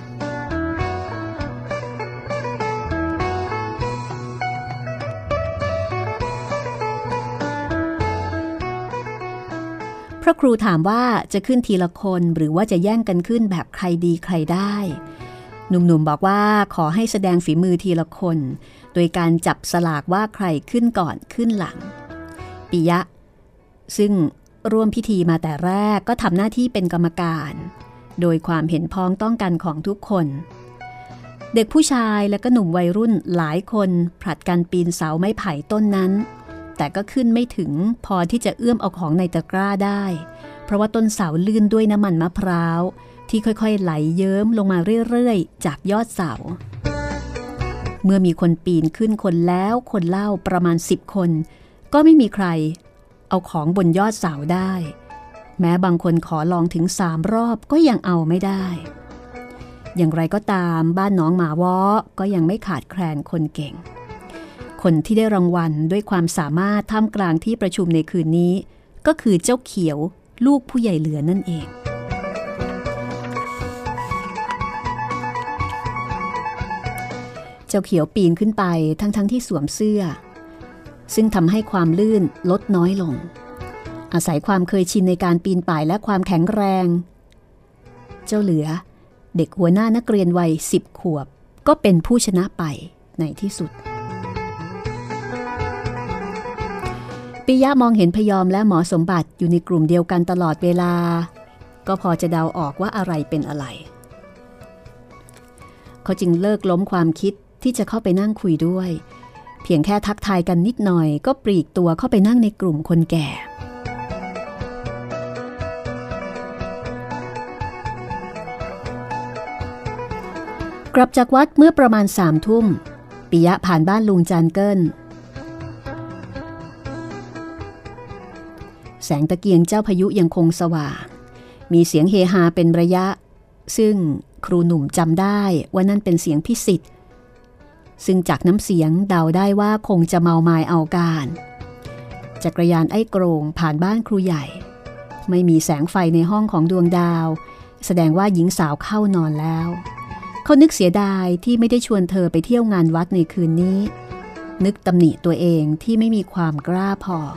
พระครูถามว่าจะขึ้นทีละคนหรือว่าจะแย่งกันขึ้นแบบใครดีใครได้หนุ่มๆบอกว่าขอให้แสดงฝีมือทีละคนโดยการจับสลากว่าใครขึ้นก่อนขึ้นหลังปิยะซึ่งร่วมพิธีมาแต่แรกก็ทำหน้าที่เป็นกรรมการโดยความเห็นพ้องต้องกันของทุกคนเด็กผู้ชายและก็หนุ่มวัยรุ่นหลายคนผลัดกันปีนเสาไม้ไผ่ต้นนั้นแต่ก็ขึ้นไม่ถึงพอที่จะเอื้อมเอาของในตะกร้าได้เพราะว่าต้นเสาลื่นด้วยน้ำมันมะพร้าวที่ค่อยๆไหลเยิ้มลงมาเรื่อยๆจากยอดเสาเมื่อมีคนปีนขึ้นคนแล้วคนเล่าประมาณ10 คนก็ไม่มีใครเอาของบนยอดเสาได้แม้บางคนขอลองถึง3 รอบก็ยังเอาไม่ได้อย่างไรก็ตามบ้านน้องหมาว้อก็ยังไม่ขาดแคลนคนเก่งคนที่ได้รางวัลด้วยความสามารถท่ามกลางที่ประชุมในคืนนี้ก็คือเจ้าเขียวลูกผู้ใหญ่เหลือนั่นเองเจ้าเขียวปีนขึ้นไปทั้งที่สวมเสื้อซึ่งทำให้ความลื่นลดน้อยลงอาศัยความเคยชินในการปีนป่ายและความแข็งแรงเจ้าเหลือเด็กหัวหน้านักเรียนวัย10 ขวบก็เป็นผู้ชนะไปในที่สุดปิยะมองเห็นพยอมและหมอสมบัติอยู่ในกลุ่มเดียวกันตลอดเวลาก็พอจะเดาออกว่าอะไรเป็นอะไรเขาจึงเลิกล้มความคิดที่จะเข้าไปนั่งคุยด้วยเพียงแค่ทักทายกันนิดหน่อยก็ปลีกตัวเข้าไปนั่งในกลุ่มคนแก่กลับจากวัดเมื่อประมาณ3 ทุ่มปิยะผ่านบ้านลุงจานเกิ้ลแสงตะเกียงเจ้าพายุยังคงสว่างมีเสียงเฮฮาเป็นระยะซึ่งครูหนุ่มจำได้ว่านั่นเป็นเสียงพิสิทธิ์ซึ่งจากน้ำเสียงเดาได้ว่าคงจะเมามายเอาการจักรยานไอ้โกรงผ่านบ้านครูใหญ่ไม่มีแสงไฟในห้องของดวงดาวแสดงว่าหญิงสาวเข้านอนแล้วเขานึกเสียดายที่ไม่ได้ชวนเธอไปเที่ยวงานวัดในคืนนี้นึกตำหนิตัวเองที่ไม่มีความกล้าพอ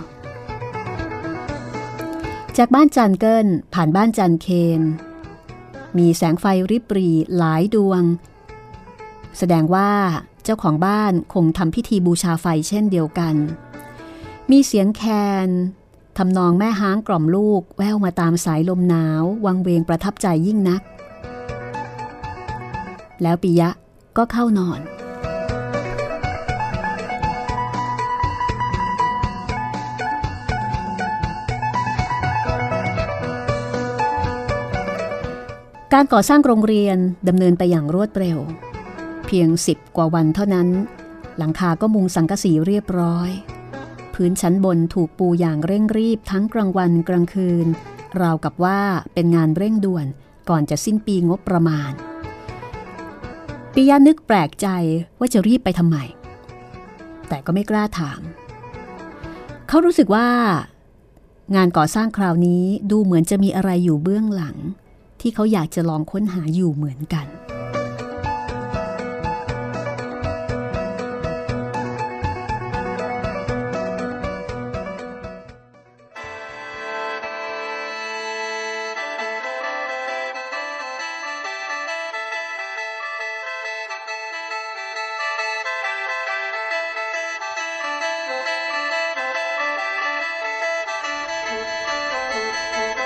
จากบ้านจันเกิ้ลผ่านบ้านจันเคนมีแสงไฟริบหรี่หลายดวงแสดงว่าเจ้าของบ้านคงทำพิธีบูชาไฟเช่นเดียวกันมีเสียงแคนทำนองแม่ฮ้างกล่อมลูกแว่วมาตามสายลมหนาววังเวงประทับใจยิ่งนักแล้วปิยะก็เข้านอนการก่อสร้างโรงเรียนดำเนินไปอย่างรวดเร็วเพียง10 กว่าวันเท่านั้นหลังคาก็มุงสังกะสีเรียบร้อยพื้นชั้นบนถูกปูอย่างเร่งรีบทั้งกลางวันกลางคืนราวกับว่าเป็นงานเร่งด่วนก่อนจะสิ้นปีงบประมาณปิยะนึกแปลกใจว่าจะรีบไปทำไมแต่ก็ไม่กล้าถามเขารู้สึกว่างานก่อสร้างคราวนี้ดูเหมือนจะมีอะไรอยู่เบื้องหลังที่เขาอยากจะลองค้นหาอยู่เหมือนกัน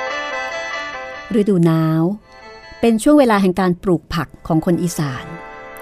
ฤดูหนาวเป็นช่วงเวลาแห่งการปลูกผักของคนอีสาน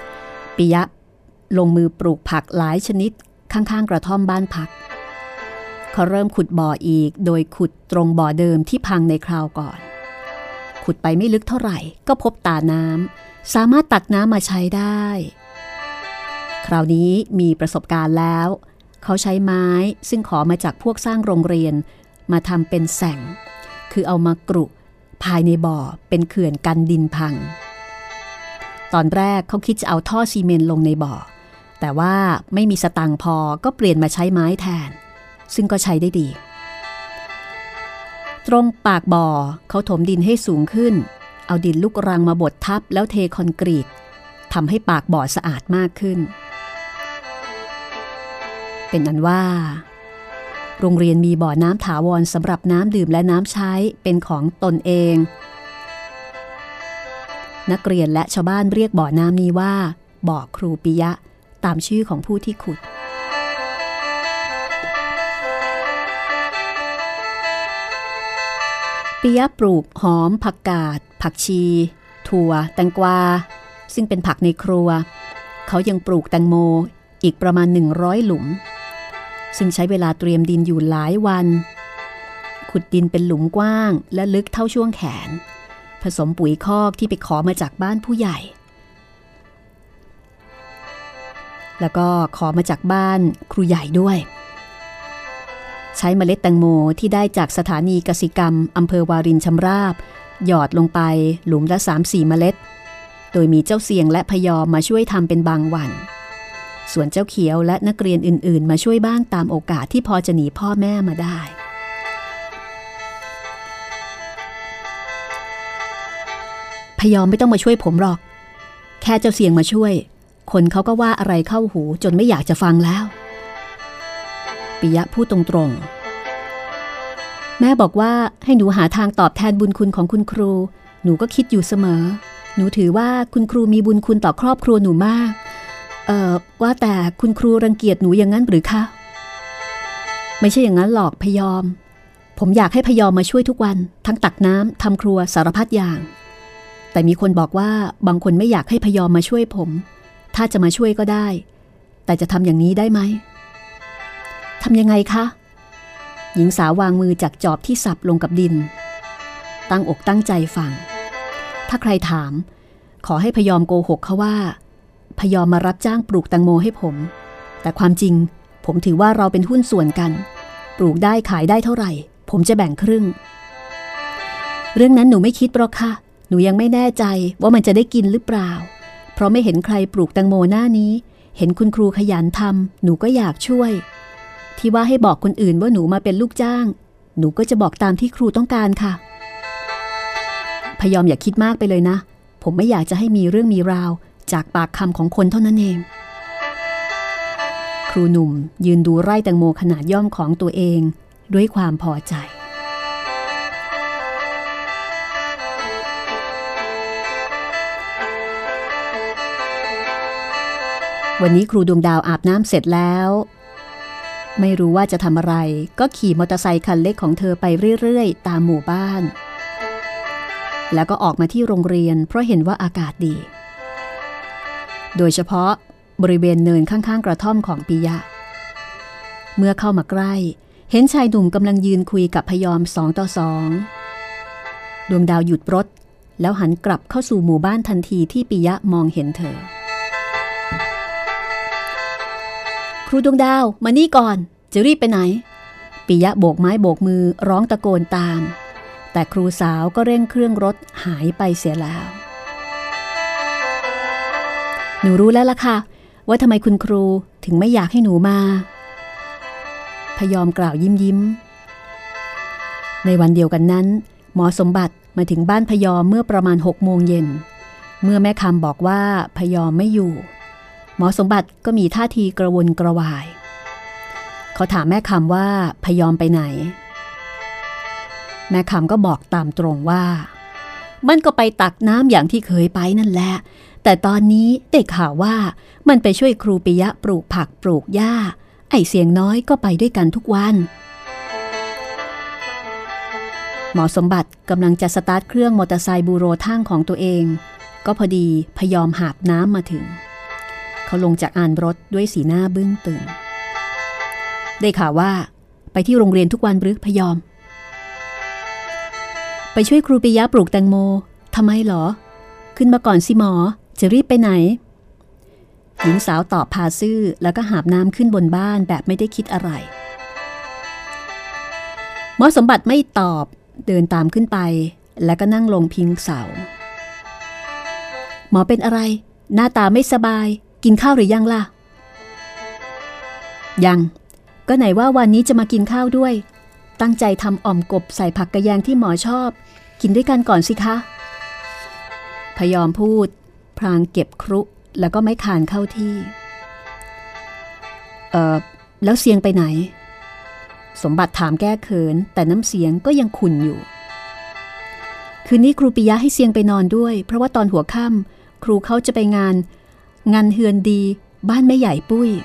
ปิยะลงมือปลูกผักหลายชนิดข้างๆกระท่อมบ้านพักเขาเริ่มขุดบ่ออีกโดยขุดตรงบ่อเดิมที่พังในคราวก่อนขุดไปไม่ลึกเท่าไหร่ก็พบตาน้ำสามารถตักน้ำมาใช้ได้คราวนี้มีประสบการณ์แล้วเขาใช้ไม้ซึ่งขอมาจากพวกสร้างโรงเรียนมาทำเป็นแส่งคือเอามากรุภายในบ่อเป็นเขื่อนกันดินพังตอนแรกเขาคิดจะเอาท่อซีเมนต์ลงในบ่อแต่ว่าไม่มีสตังค์พอก็เปลี่ยนมาใช้ไม้แทนซึ่งก็ใช้ได้ดีตรงปากบ่อเขาถมดินให้สูงขึ้นเอาดินลูกรังมาบดทับแล้วเทคอนกรีตทำให้ปากบ่อสะอาดมากขึ้นเป็นอันว่าโรงเรียนมีบ่อน้ำถาวรสำหรับน้ำดื่มและน้ำใช้เป็นของตนเองนักเรียนและชาวบ้านเรียกบ่อน้ำนี้ว่าบ่อครูปิยะตามชื่อของผู้ที่ขุดปิยะปลูกหอมผักกาดผักชีถั่วแตงกวาซึ่งเป็นผักในครัวเขายังปลูกแตงโมอีกประมาณ100หลุมซึ่งใช้เวลาเตรียมดินอยู่หลายวันขุดดินเป็นหลุมกว้างและลึกเท่าช่วงแขนผสมปุ๋ยคอกที่ไปขอมาจากบ้านผู้ใหญ่แล้วก็ขอมาจากบ้านครูใหญ่ด้วยใช้เมล็ดแตงโมที่ได้จากสถานีกสิกรรมอำเภอวารินชำราบหยอดลงไปหลุมละ 3-4 เมล็ดโดยมีเจ้าเสียงและพยอมมาช่วยทำเป็นบางวันส่วนเจ้าเขียวและนักเรียนอื่นๆมาช่วยบ้างตามโอกาสที่พอจะหนีพ่อแม่มาได้พยอมไม่ต้องมาช่วยผมหรอกแค่เจ้าเสียงมาช่วยคนเขาก็ว่าอะไรเข้าหูจนไม่อยากจะฟังแล้วปิยะพูดตรงๆแม่บอกว่าให้หนูหาทางตอบแทนบุญคุณของคุณครูหนูก็คิดอยู่เสมอหนูถือว่าคุณครูมีบุญคุณต่อครอบครัวหนูมากว่าแต่คุณครูรังเกียจหนูอย่างนั้นหรือคะไม่ใช่อย่างนั้นหรอกพยอมผมอยากให้พยอมมาช่วยทุกวันทั้งตักน้ำทำครัวสารพัดอย่างแต่มีคนบอกว่าบางคนไม่อยากให้พยอมมาช่วยผมถ้าจะมาช่วยก็ได้แต่จะทำอย่างนี้ได้ไหมทำยังไงคะหญิงสาววางมือจากจอบที่สับลงกับดินตั้งอกตั้งใจฟังถ้าใครถามขอให้พยอมโกหกเขาว่าพยอมมารับจ้างปลูกแตงโมให้ผมแต่ความจริงผมถือว่าเราเป็นหุ้นส่วนกันปลูกได้ขายได้เท่าไหร่ผมจะแบ่งครึ่งเรื่องนั้นหนูไม่คิดหรอกค่ะหนูยังไม่แน่ใจว่ามันจะได้กินหรือเปล่าเพราะไม่เห็นใครปลูกแตงโมหน้านี้เห็นคุณครูขยันทำหนูก็อยากช่วยที่ว่าให้บอกคนอื่นว่าหนูมาเป็นลูกจ้างหนูก็จะบอกตามที่ครูต้องการค่ะพยอมอย่าคิดมากไปเลยนะผมไม่อยากจะให้มีเรื่องมีราวจากปากคำของคนเท่านั้นเองครูหนุ่มยืนดูไร่แตงโมขนาดย่อมของตัวเองด้วยความพอใจวันนี้ครูดวงดาวอาบน้ำเสร็จแล้วไม่รู้ว่าจะทำอะไรก็ขี่มอเตอร์ไซค์คันเล็กของเธอไปเรื่อยๆตามหมู่บ้านแล้วก็ออกมาที่โรงเรียนเพราะเห็นว่าอากาศดีโดยเฉพาะบริเวณเนินข้างๆกระท่อมของปิยะเมื่อเข้ามาใกล้เห็นชายหนุ่มกำลังยืนคุยกับพยอม2 ต่อ 2ดวงดาวหยุดรถแล้วหันกลับเข้าสู่หมู่บ้านทันทีที่ปิยะมองเห็นเธอครูดวงดาวมานี่ก่อนจะรีบไปไหนปิยะโบกไม้โบกมือร้องตะโกนตามแต่ครูสาวก็เร่งเครื่องรถหายไปเสียแล้วหนูรู้แล้วล่ะค่ะว่าทำไมคุณครูถึงไม่อยากให้หนูมาพยอมกล่าวยิ้มในวันเดียวกันนั้นหมอสมบัติมาถึงบ้านพยอมเมื่อประมาณ6 โมงเย็นเมื่อแม่คำบอกว่าพยอมไม่อยู่หมอสมบัติก็มีท่าทีกระวนกระวายเขาถามแม่คำว่าพยอมไปไหนแม่คำก็บอกตามตรงว่ามันก็ไปตักน้ำอย่างที่เคยไปนั่นแหละแต่ตอนนี้ได้ข่าวว่ามันไปช่วยครูปิยะปลูกผักปลูกหญ้าไอ้เสียงน้อยก็ไปด้วยกันทุกวันหมอสมบัติกำลังจะสตาร์ทเครื่องมอเตอร์ไซค์บูโรทั่งของตัวเองก็พอดีพยอมหาบน้ำมาถึงเขาลงจากอานรถด้วยสีหน้าบึ้งตึงได้ข่าวว่าไปที่โรงเรียนทุกวันหรือพยอมไปช่วยครูปิยะปลูกแตงโมทำไมหรอขึ้นมาก่อนสิหมอจะรีบไปไหนหญิงสาวตอบพาซื่อแล้วก็หาบน้ำขึ้นบนบ้านแบบไม่ได้คิดอะไรหมอสมบัติไม่ตอบเดินตามขึ้นไปแล้วก็นั่งลงพิงเสาหมอเป็นอะไรหน้าตาไม่สบายกินข้าวหรือยังล่ะยังก็ไหนว่าวันนี้จะมากินข้าวด้วยตั้งใจทำอ่อมกบใส่ผักกระแยงที่หมอชอบกินด้วยกันก่อนสิคะพยอมพูดพลางเก็บครุแล้วก็ไม้คานเข้าที่แล้วเสียงไปไหนสมบัติถามแก้เขินแต่น้ำเสียงก็ยังขุ่นอยู่คืนนี้ครูปิยะให้เสียงไปนอนด้วยเพราะว่าตอนหัวค่ำครูเขาจะไปงานเฮือนดีบ้านแม่ใหญ่ปุ้ย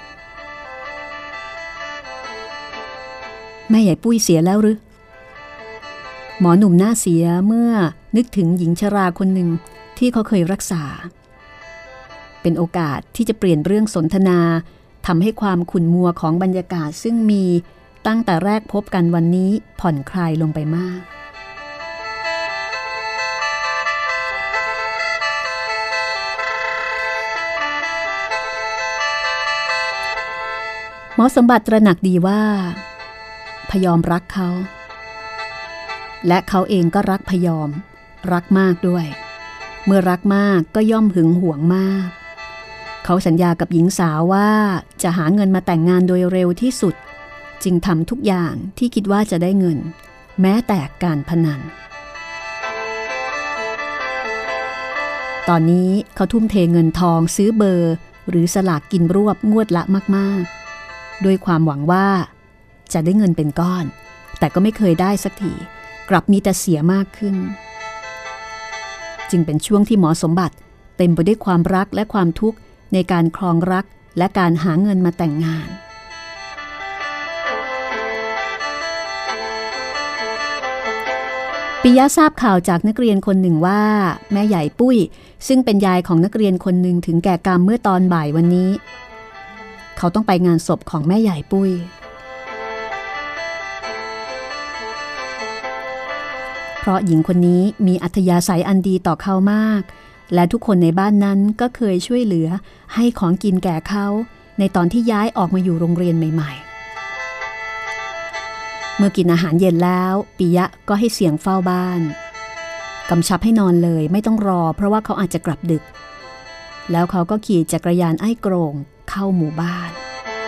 แม่ใหญ่ปุ้ยเสียแล้วหรือหมอหนุ่มหน้าเสียเมื่อนึกถึงหญิงชราคนหนึ่งที่เขาเคยรักษาเป็นโอกาสที่จะเปลี่ยนเรื่องสนทนาทำให้ความขุ่นมัวของบรรยากาศซึ่งมีตั้งแต่แรกพบกันวันนี้ผ่อนคลายลงไปมากหมอสมบัติตระหนักดีว่าพยอมรักเขาและเขาเองก็รักพยอมรักมากด้วยเมื่อรักมากก็ย่อมหึงหวงมากเขาสัญญากับหญิงสาวว่าจะหาเงินมาแต่งงานโดยเร็วที่สุดจึงทำทุกอย่างที่คิดว่าจะได้เงินแม้แต่การพนันตอนนี้เขาทุ่มเทเงินทองซื้อเบอร์หรือสลากกินรวบงวดละมากๆด้วยความหวังว่าจะได้เงินเป็นก้อนแต่ก็ไม่เคยได้สักทีกลับมีแต่เสียมากขึ้นจึงเป็นช่วงที่หมอสมบัติเต็มไปด้วยความรักและความทุกข์ในการครองรักและการหาเงินมาแต่งงานปิยะทราบข่าวจากนักเรียนคนหนึ่งว่าแม่ใหญ่ปุ้ยซึ่งเป็นยายของนักเรียนคนหนึ่งถึงแก่กรรมเมื่อตอนบ่ายวันนี้เขาต้องไปงานศพของแม่ใหญ่ปุ้ยเพราะหญิงคนนี้มีอัธยาศัยอันดีต่อเขามากและทุกคนในบ้านนั้นก็เคยช่วยเหลือให้ของกินแก่เขาในตอนที่ย้ายออกมาอยู่โรงเรียนใหม่ๆเมื่อกินอาหารเย็นแล้วปิยะก็ให้เสียงเฝ้าบ้านกำชับให้นอนเลยไม่ต้องรอเพราะว่าเขาอาจจะกลับดึกแล้วเขาก็ขี่จักรยานไอ้โกรงเข้าหมู่บ้าน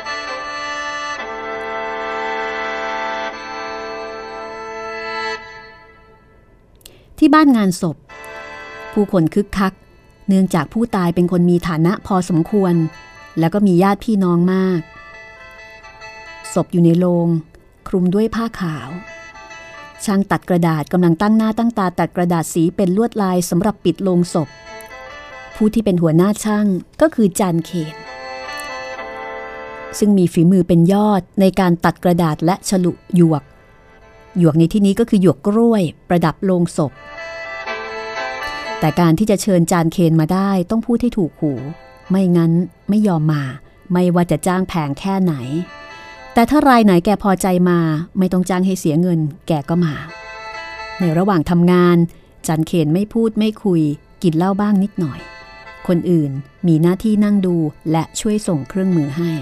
ที่บ้านงานศพผู้คนคึกคักเนื่องจากผู้ตายเป็นคนมีฐานะพอสมควรแล้วก็มีญาติพี่น้องมากศพอยู่ในโลงคลุมด้วยผ้าขาวช่างตัดกระดาษกำลังตั้งหน้าตั้งตาตัดกระดาษสีเป็นลวดลายสำหรับปิดโลงศพผู้ที่เป็นหัวหน้าช่างก็คือจานเขนซึ่งมีฝีมือเป็นยอดในการตัดกระดาษและฉลุหยวกในที่นี้ก็คือหยวกกล้วยประดับโลงศพแต่การที่จะเชิญจานเคนมาได้ต้องพูดให้ถูกหูไม่งั้นไม่ยอมมาไม่ว่าจะจ้างแพงแค่ไหนแต่ถ้ารายไหนแกพอใจมาไม่ต้องจ้างให้เสียเงินแกก็มาในระหว่างทำงานจานเคนไม่พูดไม่คุยกินเหล้าบ้างนิดหน่อยคนอื่นมีหน้าที่นั่งดูและช่วยส่งเครื่องมือให้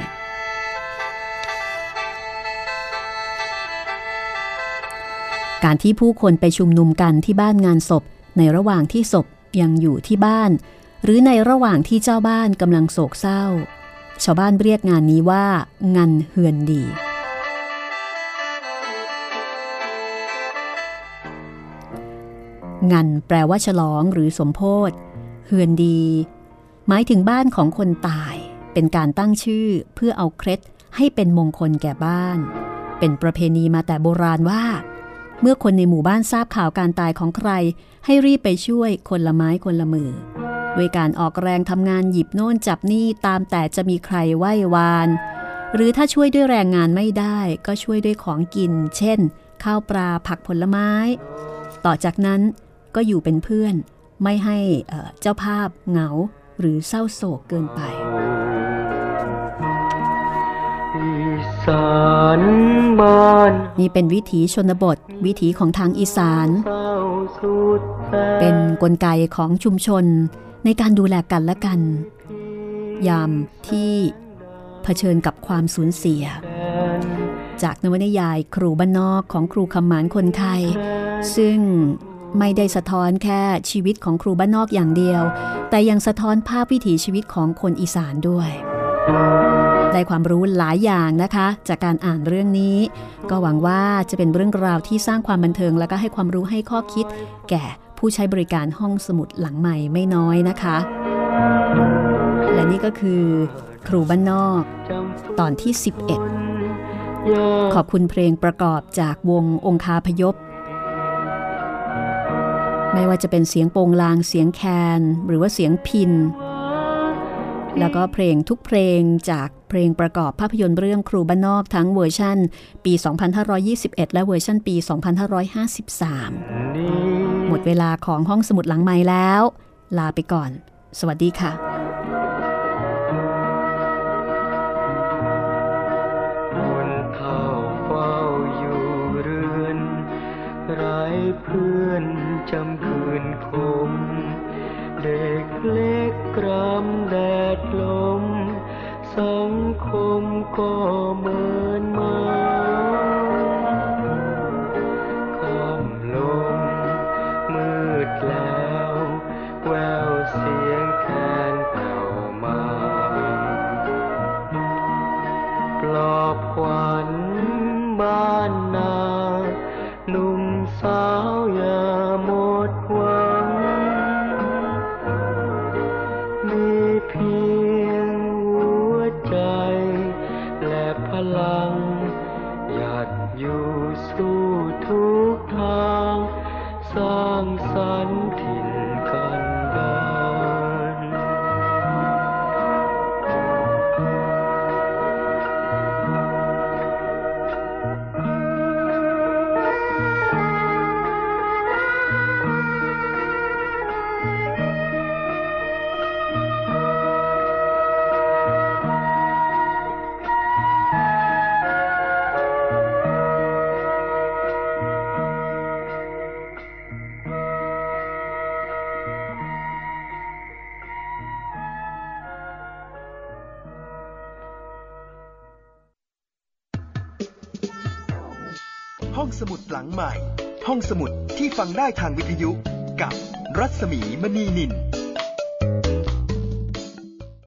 การที่ผู้คนไปชุมนุมกันที่บ้านงานศพในระหว่างที่ศพยังอยู่ที่บ้านหรือในระหว่างที่เจ้าบ้านกำลังโศกเศร้าชาวบ้านเรียกงานนี้ว่างานเฮือนดีงานแปลว่าฉลองหรือสมโภชเฮือนดีหมายถึงบ้านของคนตายเป็นการตั้งชื่อเพื่อเอาเคล็ดให้เป็นมงคลแก่บ้านเป็นประเพณีมาแต่โบราณว่าเมื่อคนในหมู่บ้านทราบข่าวการตายของใครให้รีบไปช่วยคนละไม้คนละมือด้วยการออกแรงทำงานหยิบโน่นจับนี่ตามแต่จะมีใครไหว้วานหรือถ้าช่วยด้วยแรงงานไม่ได้ก็ช่วยด้วยของกินเช่นข้าวปลาผักผลไม้ต่อจากนั้นก็อยู่เป็นเพื่อนไม่ให้เจ้าภาพเหงาหรือเศร้าโศกเกินไปานบ้านนี่เป็นวิถีชนบทวิถีของทางอีสานเศร้าสุดแสนเป็นกลไกของชุมชนในการดูแลกันและกัน ยามที่เผชิญกับความสูญเสีย จากนวนิยายครูบ้านนอกของครูคำหมานคนไทย ซึ่งไม่ได้สะท้อนแค่ชีวิตของครูบ้านนอกอย่างเดียว แต่ยังสะท้อนภาพวิถีชีวิตของคนอีสานด้วย ได้ความรู้หลายอย่างนะคะจากการอ่านเรื่องนี้ก็หวังว่าจะเป็นเรื่องราวที่สร้างความบันเทิงและก็ให้ความรู้ให้ข้อคิดแก่ผู้ใช้บริการห้องสมุดหลังใหม่ไม่น้อยนะคะและนี่ก็คือครูบ้านนอกตอนที่ 11ขอบคุณเพลงประกอบจากวงองคาพยพไม่ว่าจะเป็นเสียงโปงลางเสียงแคนหรือว่าเสียงพิณแล้วก็เพลงทุกเพลงจากเพลงประกอบภาพยนตร์เรื่องครูบ้านนอกทั้งเวอร์ชั่นปี 2521 และเวอร์ชั่นปี 2553 หมดเวลาของห้องสมุดหลังไมค์แล้ว ลาไปก่อน สวัสดีค่ะคนเฒ่าเฝ้าอยู่เรือนไร้เพื่อนจำคืนคมเด็กเล็กกรำแดดลมสังคมก็เหมือนมาค่ำลงมืดแล้วแววเสียงแคนแผ่วมาปลอบขวัญบ้านนาหนุ่มสาวอย่าหมดหวังมีเพียงหัวใจและพลังหยัดอยู่สู้ทุกทางสร้างสรรค์ถิ่นกันดารห้องสมุดหลังใหม่ห้องสมุดที่ฟังได้ทางวิทยุกับรัศมีมณีนิน